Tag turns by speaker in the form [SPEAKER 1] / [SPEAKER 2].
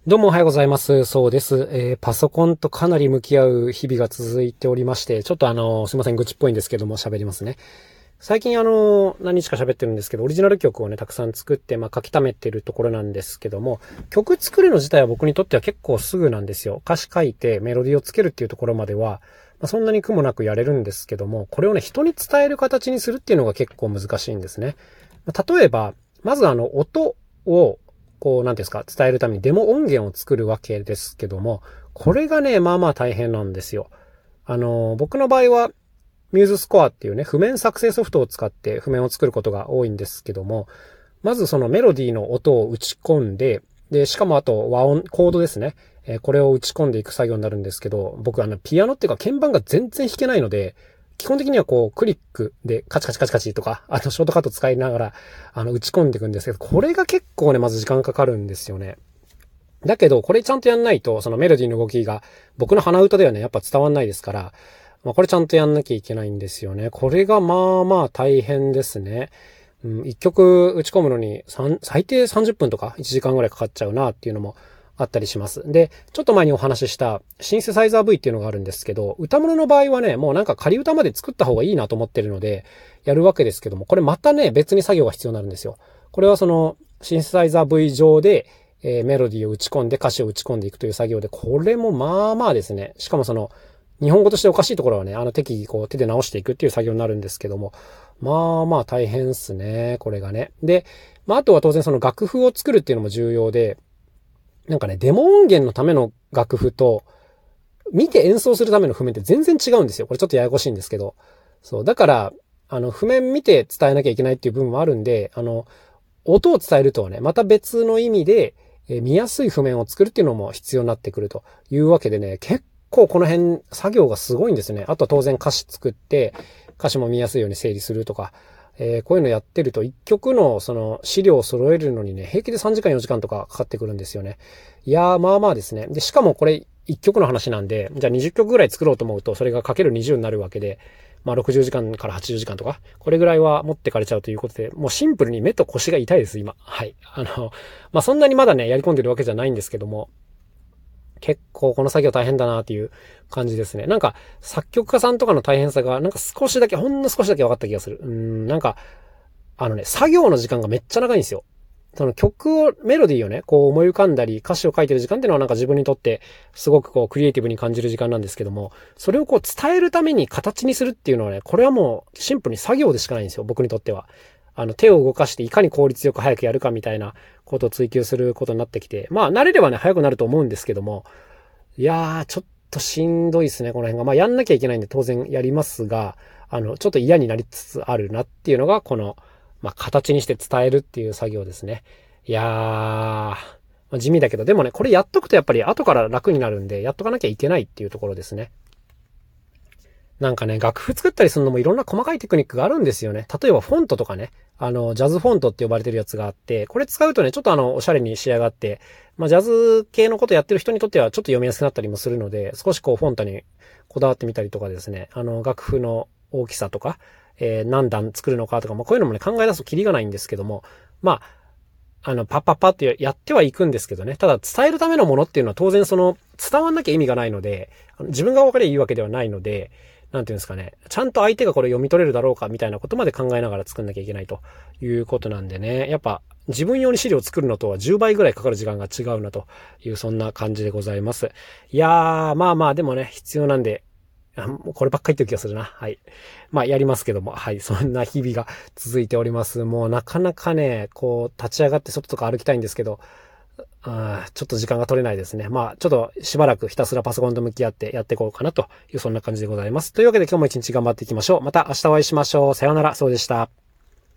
[SPEAKER 1] どうもおはようございます。そうです。パソコンとかなり向き合う日々が続いておりまして、ちょっとすいません、愚痴っぽいんですけども喋りますね。最近何日か喋ってるんですけど、オリジナル曲をね、たくさん作って、書き溜めてるところなんですけども、曲作るの自体は僕にとっては結構すぐなんですよ。歌詞書いてメロディーをつけるっていうところまでは、そんなに苦もなくやれるんですけども、これをね、人に伝える形にするっていうのが結構難しいんですね。例えば、まず音をなんていうんですか、伝えるためにデモ音源を作るわけですけども、これがね、まあまあ大変なんですよ。僕の場合は、ミューズスコアっていうね、譜面作成ソフトを使って譜面を作ることが多いんですけども、まずそのメロディーの音を打ち込んで、で、しかもあと和音、コードですね。これを打ち込んでいく作業になるんですけど、僕ピアノっていうか鍵盤が全然弾けないので、基本的にはクリックでカチカチカチカチとか、ショートカット使いながら、打ち込んでいくんですけど、これが結構ね、まず時間かかるんですよね。だけど、これちゃんとやんないと、そのメロディーの動きが、僕の鼻歌ではね、やっぱ伝わんないですから、これちゃんとやんなきゃいけないんですよね。これがまあまあ大変ですね。一曲打ち込むのに最低30分とか1時間ぐらいかかっちゃうなっていうのもあったりします。で、ちょっと前にお話ししたシンセサイザー V っていうのがあるんですけど、歌物の場合はね、もうなんか仮歌まで作った方がいいなと思ってるので、やるわけですけども、これまたね、別に作業が必要になるんですよ。これはその、シンセサイザー V 上で、メロディーを打ち込んで歌詞を打ち込んでいくという作業で、これもまあまあですね。しかもその、日本語としておかしいところはね、適宜手で直していくっていう作業になるんですけども、まあまあ大変っすね、これがね。で、あとは当然その楽譜を作るっていうのも重要で、なんかね、デモ音源のための楽譜と、見て演奏するための譜面って全然違うんですよ。これちょっとややこしいんですけど。そう。だから、譜面見て伝えなきゃいけないっていう部分もあるんで、音を伝えるとはね、また別の意味で、見やすい譜面を作るっていうのも必要になってくるというわけでね、結構この辺作業がすごいんですね。あとは当然歌詞作って、歌詞も見やすいように整理するとか、こういうのやってると一曲のその資料を揃えるのにね、平気で3時間4時間とかかかってくるんですよね。いやー、まあまあですね。で、しかもこれ1曲の話なんで、じゃあ20曲ぐらい作ろうと思うと、それがかける20になるわけで、60時間から80時間とか、これぐらいは持ってかれちゃうということで、もうシンプルに目と腰が痛いです、今。はい。そんなにまだね、やり込んでるわけじゃないんですけども、結構この作業大変だなっていう感じですね。なんか、作曲家さんとかの大変さが、なんか少しだけ、ほんの少しだけ分かった気がする。なんか、作業の時間がめっちゃ長いんですよ。その曲を、メロディーをね、思い浮かんだり、歌詞を書いてる時間っていうのはなんか自分にとって、すごくクリエイティブに感じる時間なんですけども、それを伝えるために形にするっていうのはね、これはもうシンプルに作業でしかないんですよ、僕にとっては。手を動かしていかに効率よく早くやるかみたいなことを追求することになってきて、慣れればね、早くなると思うんですけども、いやー、ちょっとしんどいですね、この辺が。やんなきゃいけないんで当然やりますが、ちょっと嫌になりつつあるなっていうのが、この、形にして伝えるっていう作業ですね。いやー、地味だけど、でもね、これやっとくとやっぱり後から楽になるんで、やっとかなきゃいけないっていうところですね。なんかね、楽譜作ったりするのもいろんな細かいテクニックがあるんですよね。例えばフォントとかね、ジャズフォントって呼ばれてるやつがあって、これ使うとね、ちょっとおしゃれに仕上がって、ジャズ系のことやってる人にとってはちょっと読みやすくなったりもするので、少しフォントにこだわってみたりとかですね、楽譜の大きさとか、何段作るのかとか、こういうのもね、考え出すとキリがないんですけども、パッパッパってやってはいくんですけどね。ただ伝えるためのものっていうのは当然伝わんなきゃ意味がないので、自分が分かりゃいいわけではないので、なんていうんですかね。ちゃんと相手がこれ読み取れるだろうかみたいなことまで考えながら作んなきゃいけないということなんでね。やっぱ自分用に資料を作るのとは10倍ぐらいかかる時間が違うなというそんな感じでございます。いやー、でもね、必要なんで、こればっかり言ってる気がするな。はい。やりますけども。はい。そんな日々が続いております。もうなかなかね、立ち上がって外とか歩きたいんですけど、ちょっと時間が取れないですね。ちょっとしばらくひたすらパソコンと向き合ってやっていこうかなという、そんな感じでございます。というわけで今日も一日頑張っていきましょう。また明日お会いしましょう。さようなら。そうでした。